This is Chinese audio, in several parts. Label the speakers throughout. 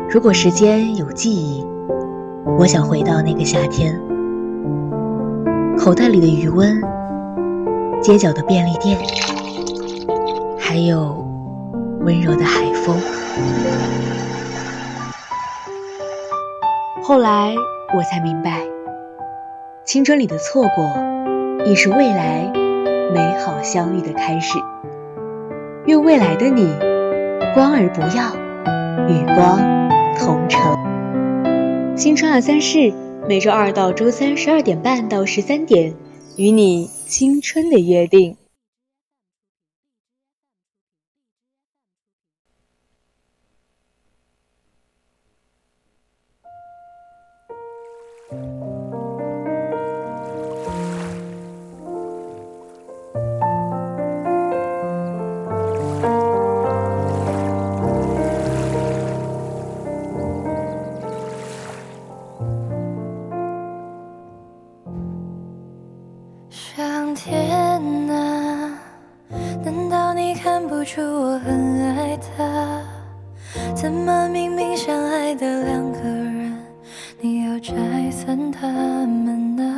Speaker 1: 如果时间有记忆，我想回到那个夏天，口袋里的余温，街角的便利店，还有温柔的海风。后来我才明白，青春里的错过亦是未来美好相遇的开始。愿未来的你光而不要，与光同城。新春23事，每周2到周3 12点半到13点，与你青春的约定。
Speaker 2: 上天啊，难道你看不出我很爱他？怎么明明相爱的两个人，你要拆散他们呢？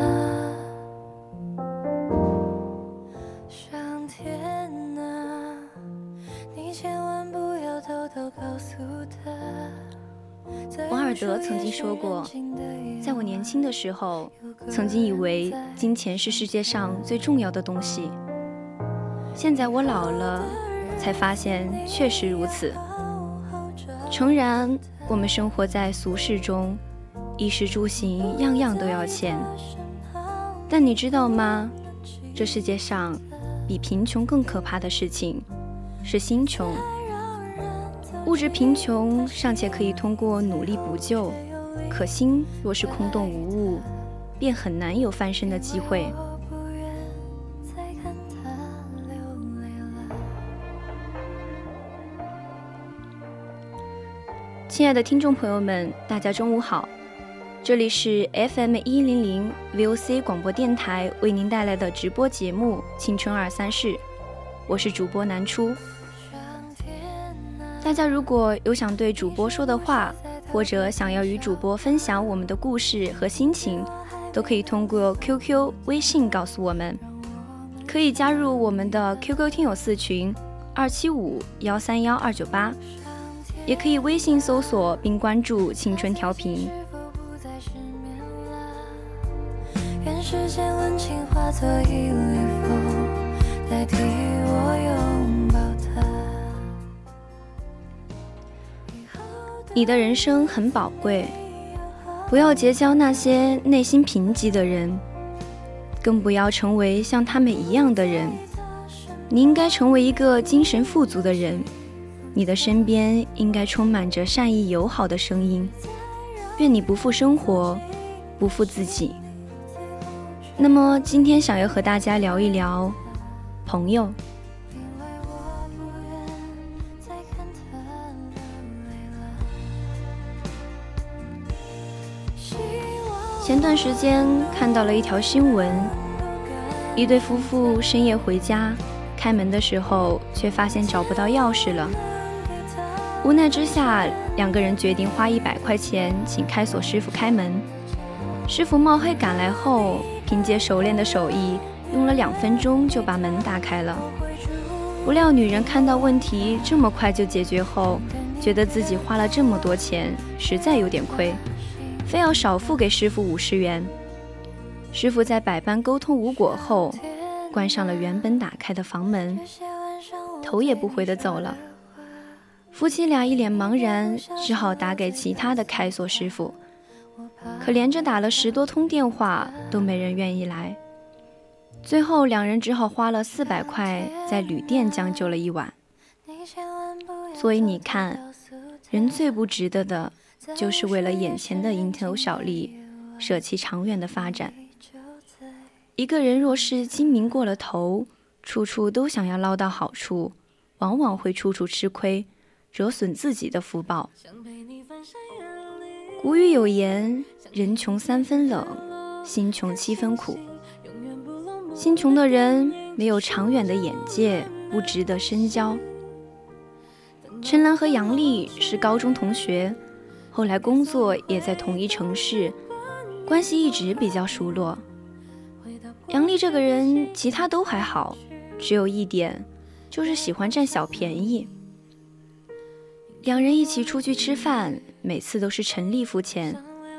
Speaker 2: 上天啊，你千万不要偷偷告诉他。
Speaker 3: 王尔德曾经说过，在我年轻的时候，曾经以为金钱是世界上最重要的东西。现在我老了，才发现确实如此。诚然，我们生活在俗世中，衣食住行样样都要钱。但你知道吗？这世界上比贫穷更可怕的事情是心穷。物质贫穷尚且可以通过努力补救，可心若是空洞无物，便很难有翻身的机会。亲爱的听众朋友们，大家中午好，这里是 FM100 VOC 广播电台为您带来的直播节目《青春23事》，我是主播南初。大家如果有想对主播说的话，或者想要与主播分享我们的故事和心情，都可以通过 QQ、微信告诉我们。可以加入我们的 QQ 听友4群275-131-298，也可以微信搜索并关注青春调频。
Speaker 2: 愿世间温情化作一缕风，代替我拥抱它。
Speaker 3: 你的人生很宝贵，不要结交那些内心贫瘠的人，更不要成为像他们一样的人。你应该成为一个精神富足的人，你的身边应该充满着善意友好的声音。愿你不负生活，不负自己。那么今天想要和大家聊一聊朋友。前段时间看到了一条新闻，一对夫妇深夜回家，开门的时候却发现找不到钥匙了。无奈之下，两个人决定花100块钱请开锁师傅开门。师傅冒黑赶来后，凭借熟练的手艺，用了2分钟就把门打开了。不料女人看到问题这么快就解决后，觉得自己花了这么多钱，实在有点亏，非要少付给师傅50元。师傅在百般沟通无果后，关上了原本打开的房门，头也不回地走了。夫妻俩一脸茫然，只好打给其他的开锁师傅，可连着打了10多通电话，都没人愿意来。最后两人只好花了400块在旅店将就了一晚。所以你看，人最不值得的就是为了眼前的蝇头小利，舍弃长远的发展。一个人若是精明过了头，处处都想要捞到好处，往往会处处吃亏，折损自己的福报。古语有言，人穷3分冷，心穷7分苦。心穷的人没有长远的眼界，不值得深交。陈岚和杨丽是高中同学， 后来工作也在同一城市，关系一直比较熟络。杨丽这个人其他都还好，只有一点，就是喜欢占小便宜。两人一起出去吃饭，每次都是陈丽付钱。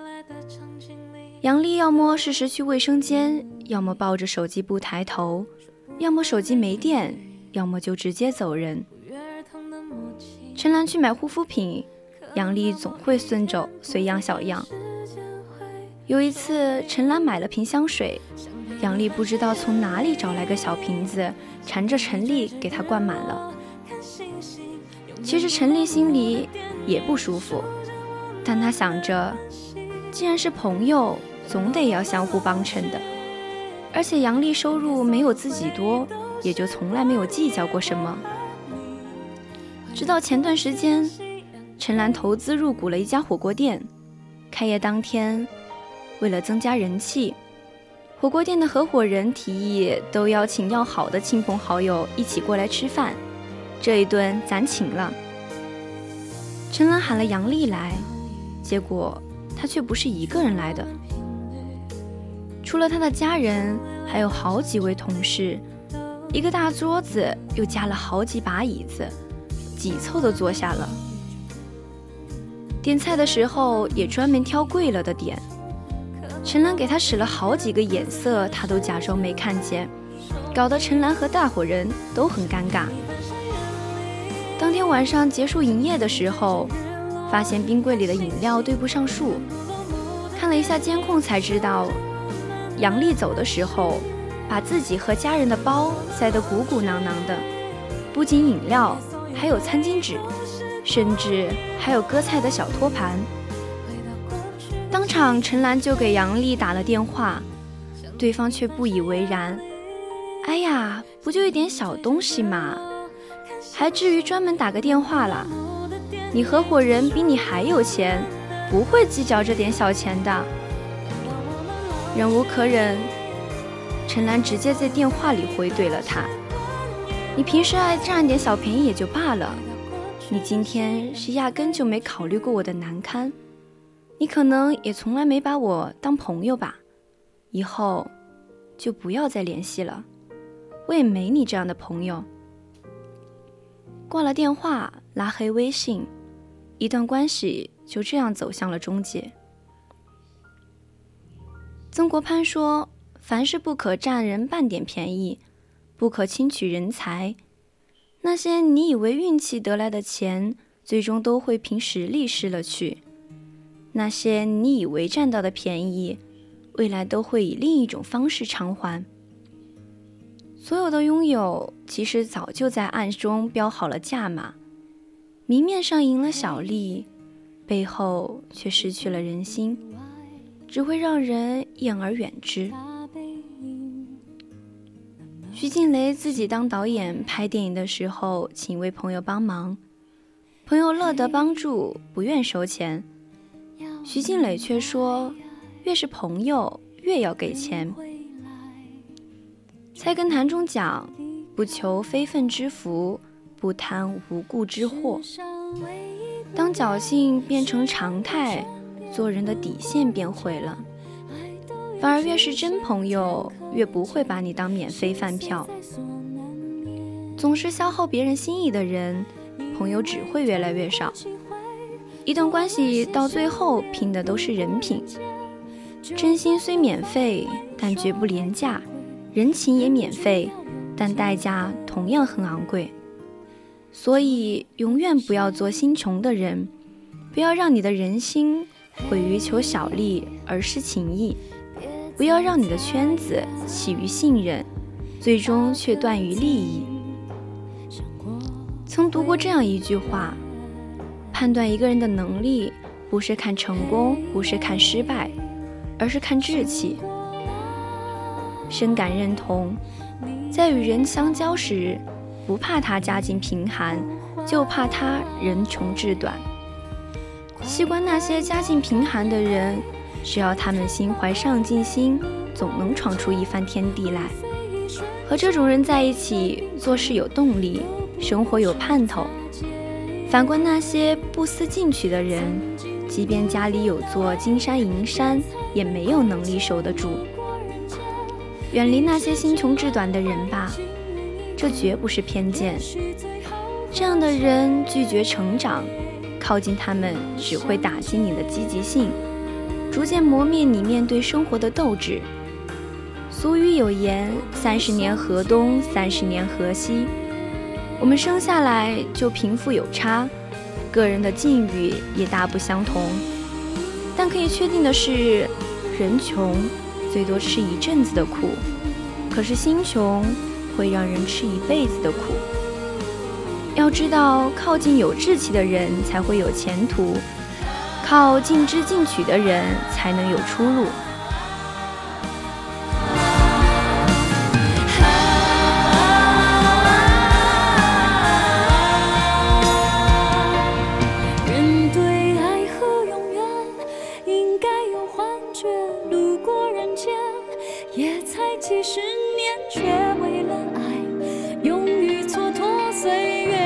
Speaker 3: 杨丽要么适时去卫生间，要么抱着手机不抬头，要么手机没电，要么就直接走人。陈兰去买护肤品，杨丽总会顺走随样小样。有一次陈兰买了瓶香水，杨丽不知道从哪里找来个小瓶子，缠着陈丽给她灌满了。其实陈丽心里也不舒服，但她想着既然是朋友，总得要相互帮衬的。而且杨丽收入没有自己多，也就从来没有计较过什么。直到前段时间，陈兰投资入股了一家火锅店。开业当天，为了增加人气，火锅店的合伙人提议都邀请要好的亲朋好友一起过来吃饭，这一顿咱请了。陈兰喊了杨丽来，结果她却不是一个人来的，除了她的家人，还有好几位同事，一个大桌子又加了好几把椅子，挤凑地坐下了。点菜的时候也专门挑贵了的点，陈兰给他使了好几个眼色，他都假装没看见，搞得陈兰和大伙人都很尴尬。当天晚上结束营业的时候，发现冰柜里的饮料对不上数，看了一下监控才知道，杨丽走的时候把自己和家人的包塞得鼓鼓囊囊的，不仅饮料，还有餐巾纸，甚至还有割菜的小托盘。当场陈兰就给杨丽打了电话，对方却不以为然。哎呀，不就一点小东西嘛，还至于专门打个电话啦？你合伙人比你还有钱，不会计较这点小钱的。忍无可忍，陈兰直接在电话里回怼了他：你平时爱占点小便宜也就罢了，你今天是压根就没考虑过我的难堪，你可能也从来没把我当朋友吧，以后就不要再联系了，我也没你这样的朋友。挂了电话，拉黑微信，一段关系就这样走向了终结。曾国藩说，凡事不可占人半点便宜，不可轻取人才。那些你以为运气得来的钱，最终都会凭实力失了去。那些你以为占到的便宜，未来都会以另一种方式偿还。所有的拥有，其实早就在暗中标好了价码，明面上赢了小利，背后却失去了人心，只会让人厌而远之。徐静蕾自己当导演拍电影的时候，请一位朋友帮忙，朋友乐得帮助，不愿收钱。徐静蕾却说，越是朋友越要给钱。菜根谭中讲，不求非分之福，不贪无故之祸。当侥幸变成常态，做人的底线便毁了。反而越是真朋友，越不会把你当免费饭票。总是消耗别人心意的人，朋友只会越来越少。一段关系到最后拼的都是人品。真心虽免费，但绝不廉价；人情也免费，但代价同样很昂贵。所以永远不要做心穷的人，不要让你的人心毁于求小利而失情义，不要让你的圈子起于信任，最终却断于利益。曾读过这样一句话，判断一个人的能力，不是看成功，不是看失败，而是看志气。深感认同，在与人相交时，不怕他家境贫寒，就怕他人穷志短。习惯那些家境贫寒的人，只要他们心怀上进心，总能闯出一番天地来。和这种人在一起，做事有动力，生活有盼头。反观那些不思进取的人， 即便家里有座金山银山，也没有能力守得住。远离那些心穷志短的人吧，这绝不是偏见。这样的人拒绝成长，靠近他们只会打击你的积极性，逐渐磨灭你面对生活的斗志。俗语有言，30年河东，30年河西。我们生下来就贫富有差，个人的境遇也大不相同。但可以确定的是，人穷最多吃一阵子的苦，可是心穷会让人吃一辈子的苦。要知道，靠近有志气的人才会有前途，靠尽知进取的人才能有出路。
Speaker 2: 人对爱和永远应该有幻觉，路过人间也才几十年，却为了爱勇于蹉跎岁月。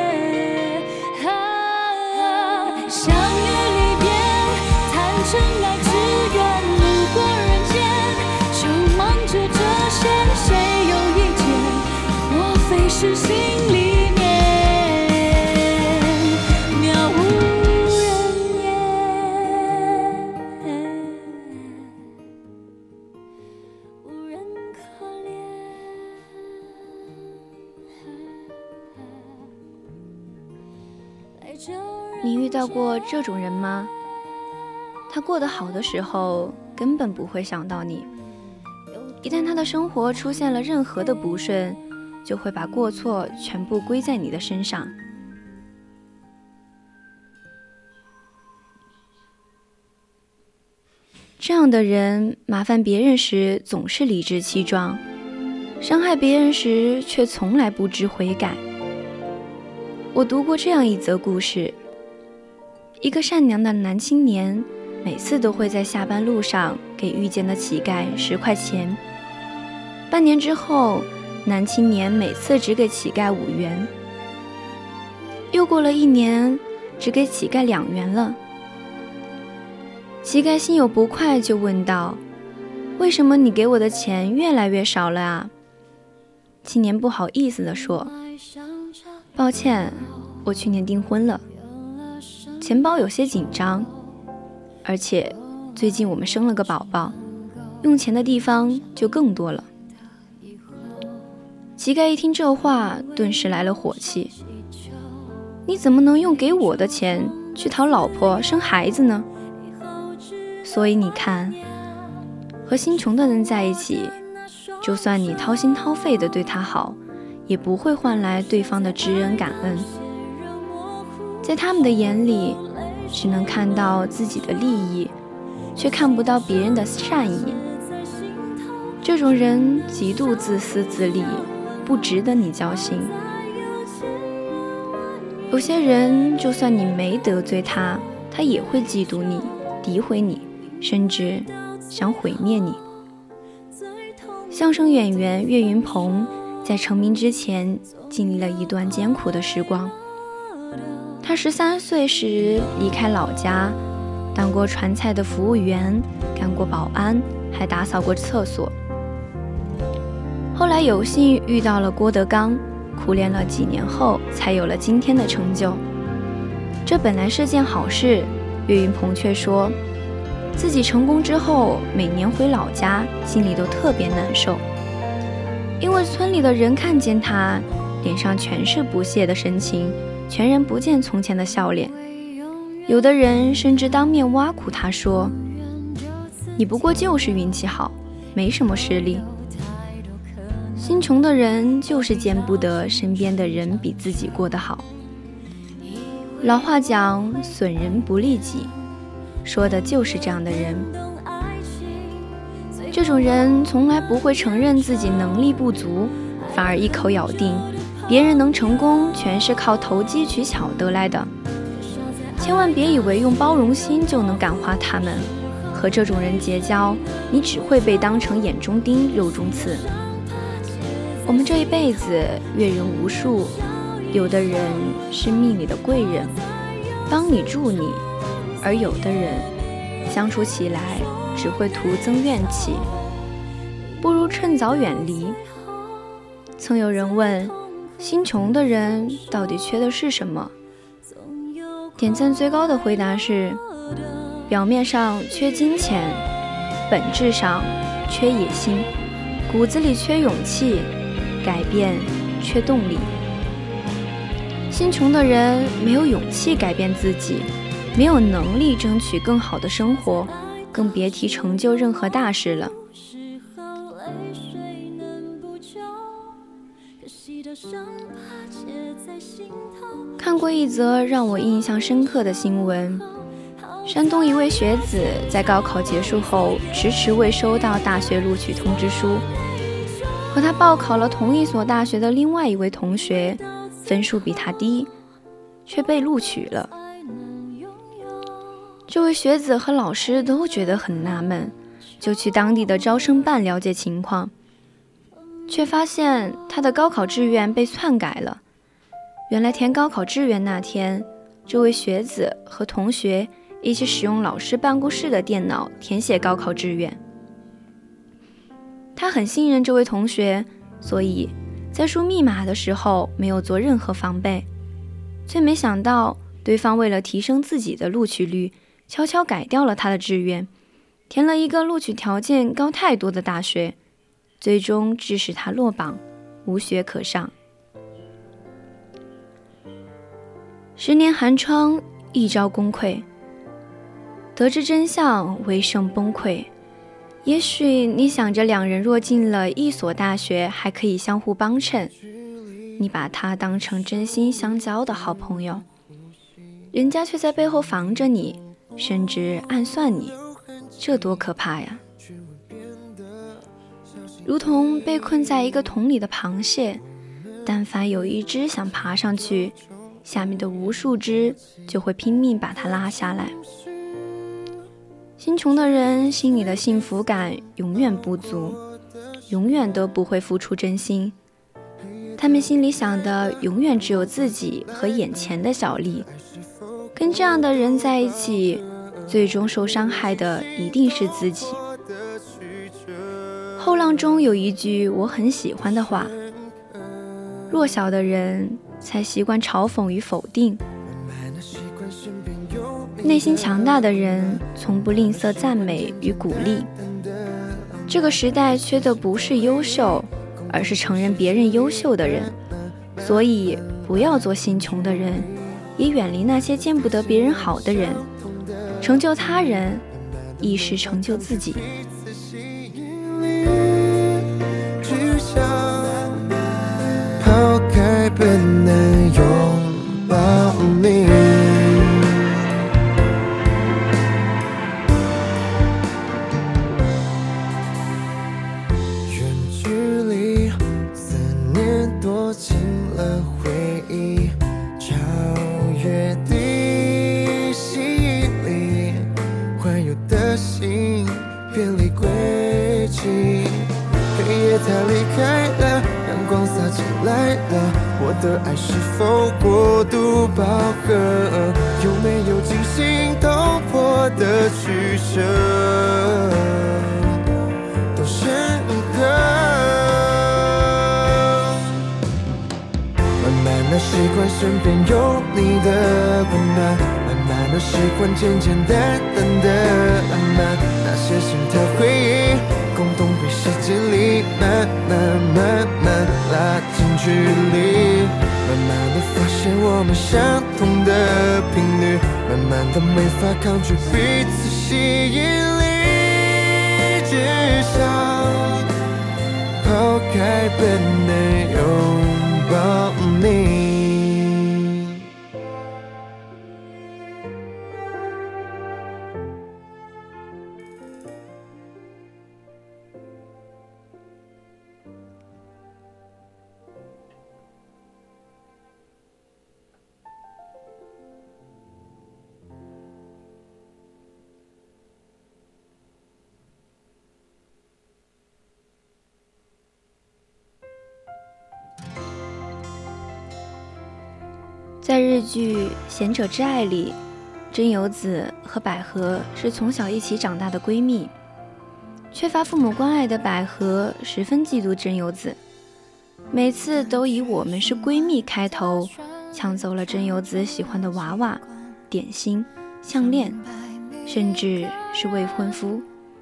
Speaker 2: 相约离别，谈真爱之缘，路过人间就忙着这些，谁有意见？莫非是心里面渺无人烟，无人可怜。
Speaker 3: 你遇到过这种人吗？他过得好的时候根本不会想到你，一旦他的生活出现了任何的不顺，就会把过错全部归在你的身上。这样的人麻烦别人时总是理直气壮，伤害别人时却从来不知悔改。我读过这样一则故事，一个善良的男青年每次都会在下班路上给遇见的乞丐10块钱。半年之后，男青年每次只给乞丐5元。又过了1年，只给乞丐2元了。乞丐心有不快，就问道：“为什么你给我的钱越来越少了啊？”青年不好意思地说：“抱歉，我去年订婚了，钱包有些紧张，而且最近我们生了个宝宝，用钱的地方就更多了。”乞丐一听这话，顿时来了火气：“你怎么能用给我的钱去讨老婆生孩子呢？”所以你看，和心穷的人在一起，就算你掏心掏肺的对他好，也不会换来对方的知恩感恩。在他们的眼里，只能看到自己的利益，却看不到别人的善意。这种人极度自私自利，不值得你交心。有些人就算你没得罪他，他也会嫉妒你，诋毁你，甚至想毁灭你。相声演员岳云鹏在成名之前经历了一段艰苦的时光。他13岁时离开老家，当过传菜的服务员，干过保安，还打扫过厕所。后来有幸遇到了郭德纲，苦练了几年后才有了今天的成就。这本来是件好事，岳云鹏却说自己成功之后，每年回老家心里都特别难受，因为村里的人看见他脸上全是不屑的神情，全然不见从前的笑脸。有的人甚至当面挖苦他说：“你不过就是运气好，没什么实力。”心穷的人就是见不得身边的人比自己过得好。老话讲，损人不利己，说的就是这样的人。这种人从来不会承认自己能力不足，反而一口咬定别人能成功全是靠投机取巧得来的。千万别以为用包容心就能感化他们，和这种人结交，你只会被当成眼中钉肉中刺。我们这一辈子阅人无数，有的人是命里的贵人，帮你助你， 而有的人相处起来只会徒增怨气，不如趁早远离。曾有人问，心穷的人到底缺的是什么？点赞最高的回答是，表面上缺金钱，本质上缺野心，骨子里缺勇气，改变缺动力。心穷的人没有勇气改变自己，没有能力争取更好的生活，更别提成就任何大事了。看过一则让我印象深刻的新闻，山东一位学子在高考结束后迟迟未收到大学录取通知书，和他报考了同一所大学的另外一位同学分数比他低，却被录取了。这位学子和老师都觉得很纳闷，就去当地的招生办了解情况，却发现他的高考志愿被篡改了。原来填高考志愿那天，这位学子和同学一起使用老师办公室的电脑填写高考志愿。他很信任这位同学，所以在输密码的时候没有做任何防备，却没想到对方为了提升自己的录取率，悄悄改掉了他的志愿，填了一个录取条件高太多的大学，最终致使他落榜，无学可上。10年寒窗，一朝功溃，得知真相，唯剩崩溃。也许你想着两人若进了一所大学还可以相互帮衬，你把他当成真心相交的好朋友，人家却在背后防着你，甚至暗算你，这多可怕呀！如同被困在一个桶里的螃蟹，但凡有一只想爬上去，下面的无数只就会拼命把它拉下来。心穷的人心里的幸福感永远不足，永远都不会付出真心，他们心里想的永远只有自己和眼前的小利。跟这样的人在一起，最终受伤害的一定是自己。后浪中有一句我很喜欢的话，弱小的人才习惯嘲讽与否定，内心强大的人从不吝啬赞美与鼓励。这个时代缺的不是优秀，而是承认别人优秀的人。所以不要做心穷的人，也远离那些见不得别人好的人。成就他人，亦是成就自己。抛开本能，拥抱你。我的爱是否过度饱和？有没有惊心动魄的取舍？都深刻。慢慢的习惯身边有你的温暖，慢慢的习惯简简单单的浪漫，那些心跳回忆，共同被时间里慢慢拉近距离。慢慢的发现我们相同的频率，慢慢的没法抗拒彼此吸引力，只想抛开本能，拥抱你。在日剧《贤者之爱》里， 真由子和百合是从小一起长大的闺蜜，缺乏父母关爱的百合十分嫉妒真由子，每次都以我们是闺蜜开头，抢走了真由子喜欢的娃娃、点心、项链，甚至是未婚夫。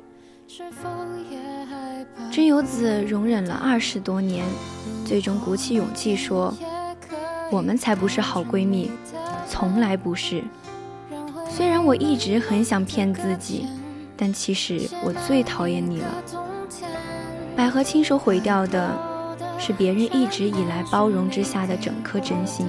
Speaker 3: 真由子容忍了20多年，最终鼓起勇气说，我们才不是好闺蜜，从来不是。虽然我一直很想骗自己，但其实我最讨厌你了。百合亲手毁掉的是别人一直以来包容之下的整颗真心。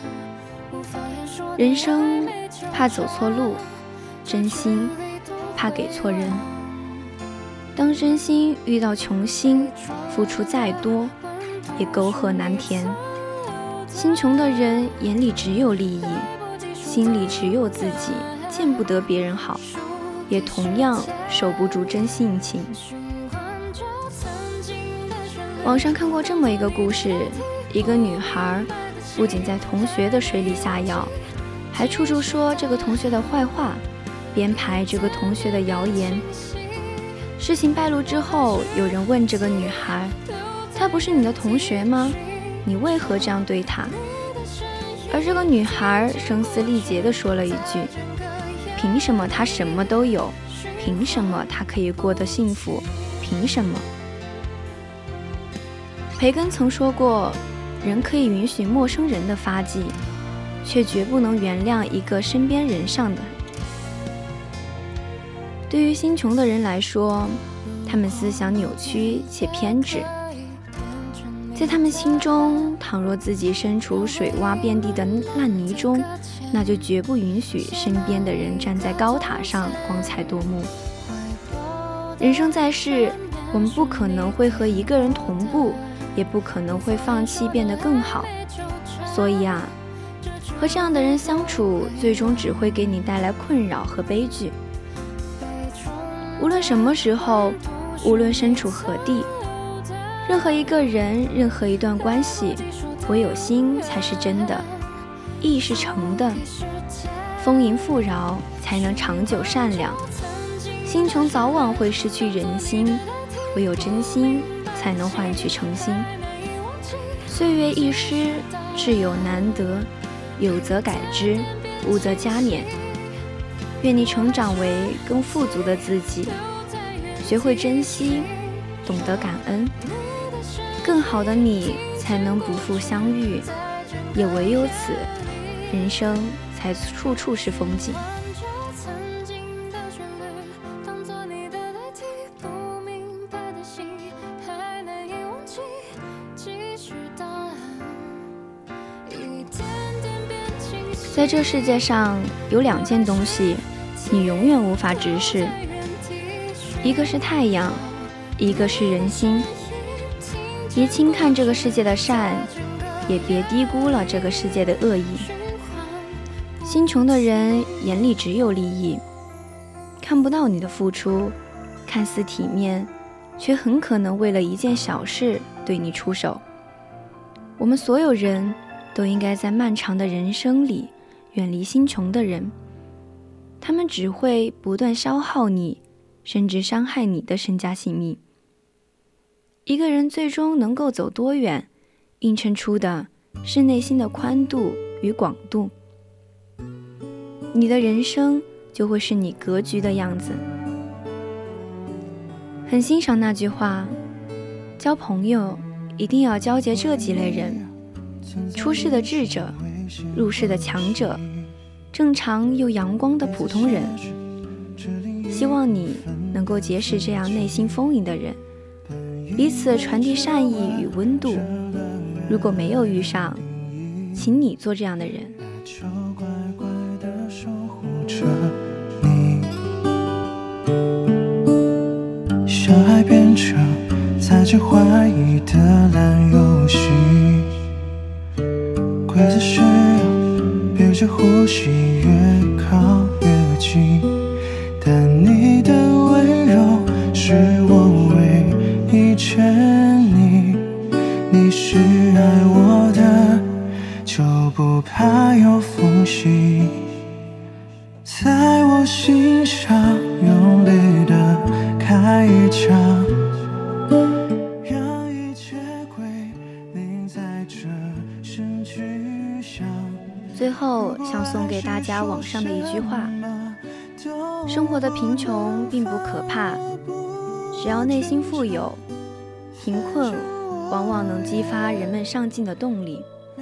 Speaker 3: 人生怕走错路，真心怕给错人。当真心遇到穷心，付出再多也沟壑难填。心穷的人眼里只有利益，心里只有自己，见不得别人好，也同样守不住真性情。网上看过这么一个故事，一个女孩不仅在同学的水里下药，还处处说这个同学的坏话，编排这个同学的谣言。事情败露之后，有人问这个女孩，他不是你的同学吗？你为何这样对他？而这个女孩声嘶力竭地说了一句，凭什么他什么都有？凭什么他可以过得幸福？凭什么？培根曾说过，人可以允许陌生人的发迹，却绝不能原谅一个身边人上的。对于心穷的人来说，他们思想扭曲且偏执，在他们心中，倘若自己身处水洼遍地的烂泥中，那就绝不允许身边的人站在高塔上光彩夺目。人生在世，我们不可能会和一个人同步，也不可能会放弃变得更好。所以啊，和这样的人相处，最终只会给你带来困扰和悲剧。无论什么时候，无论身处何地，任何一个人，任何一段关系，唯有心才是真的，意是诚的，丰盈富饶才能长久善良。心穷早晚会失去人心，唯有真心才能换取诚心。岁月易逝，挚友难得，有则改之，无则加勉。愿你成长为更富足的自己，学会珍惜，懂得感恩，更好的你才能不负相遇，也唯有此，人生才处处是风景。在这世界上有2件东西你永远无法直视，一个是太阳，一个是人心。别轻看这个世界的善，也别低估了这个世界的恶意。心穷的人眼里只有利益，看不到你的付出，看似体面，却很可能为了一件小事对你出手。我们所有人都应该在漫长的人生里远离心穷的人，他们只会不断消耗你，甚至伤害你的身家性命。一个人最终能够走多远，映衬出的是内心的宽度与广度。你的人生就会是你格局的样子。很欣赏那句话，交朋友一定要交结这几类人：出世的智者，入世的强者，正常又阳光的普通人。希望你能够结识这样内心丰盈的人，彼此传递善意与温度。如果没有遇上，请你做这样的人。
Speaker 4: 就乖乖地守护着你，小孩变成猜忌怀疑的烂游戏，规则是憋着呼吸越靠越近，但你的温柔是我唯一沉溺，你是爱我的，就不怕有缝隙， 在我心上用力地开一枪，让一切归零在这声巨响。
Speaker 3: 最后想送给大家网上的一句话：生活的贫穷并不可怕，只要内心富有，贫困往往能激发人们上进的动力。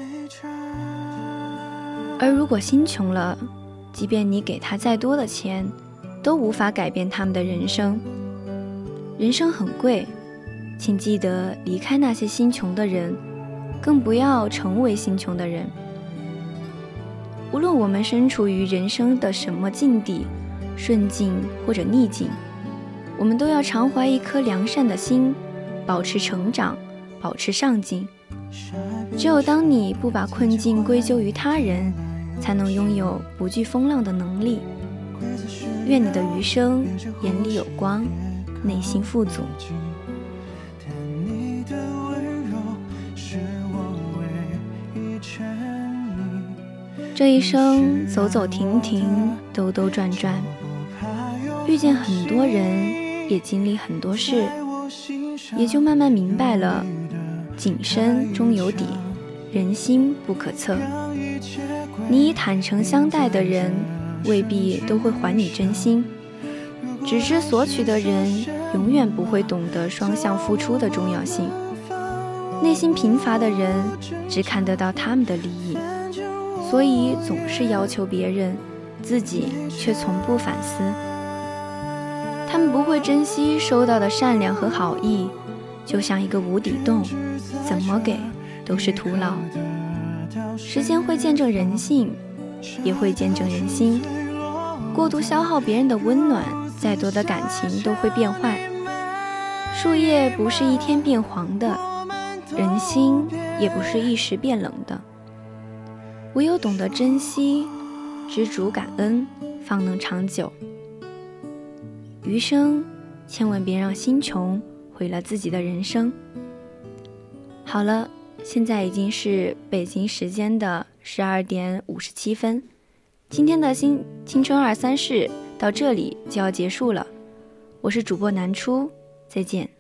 Speaker 3: 而如果心穷了，即便你给他再多的钱，都无法改变他们的人生。人生很贵，请记得离开那些心穷的人，更不要成为心穷的人。无论我们身处于人生的什么境地，顺境或者逆境，我们都要常怀一颗良善的心，保持成长，保持上进。只有当你不把困境归咎于他人，才能拥有不惧风浪的能力。愿你的余生眼里有光，内心富足。这一生走走停停，兜兜转转，遇见很多人，也经历很多事，也就慢慢明白了，井深终有底，人心不可测。你以坦诚相待的人，未必都会还你真心。只知索取的人，永远不会懂得双向付出的重要性。内心贫乏的人，只看得到他们的利益，所以总是要求别人，自己却从不反思。他们不会珍惜收到的善良和好意，就像一个无底洞，怎么给都是徒劳。时间会见证人性，也会见证人心。过度消耗别人的温暖，再多的感情都会变坏。树叶不是一天变黄的，人心也不是一时变冷的。唯有懂得珍惜，知足感恩，方能长久。余生千万别让心穷毁了自己的人生。好了，现在已经是北京时间的12点57分，今天的青春23事到这里就要结束了。我是主播南初，再见。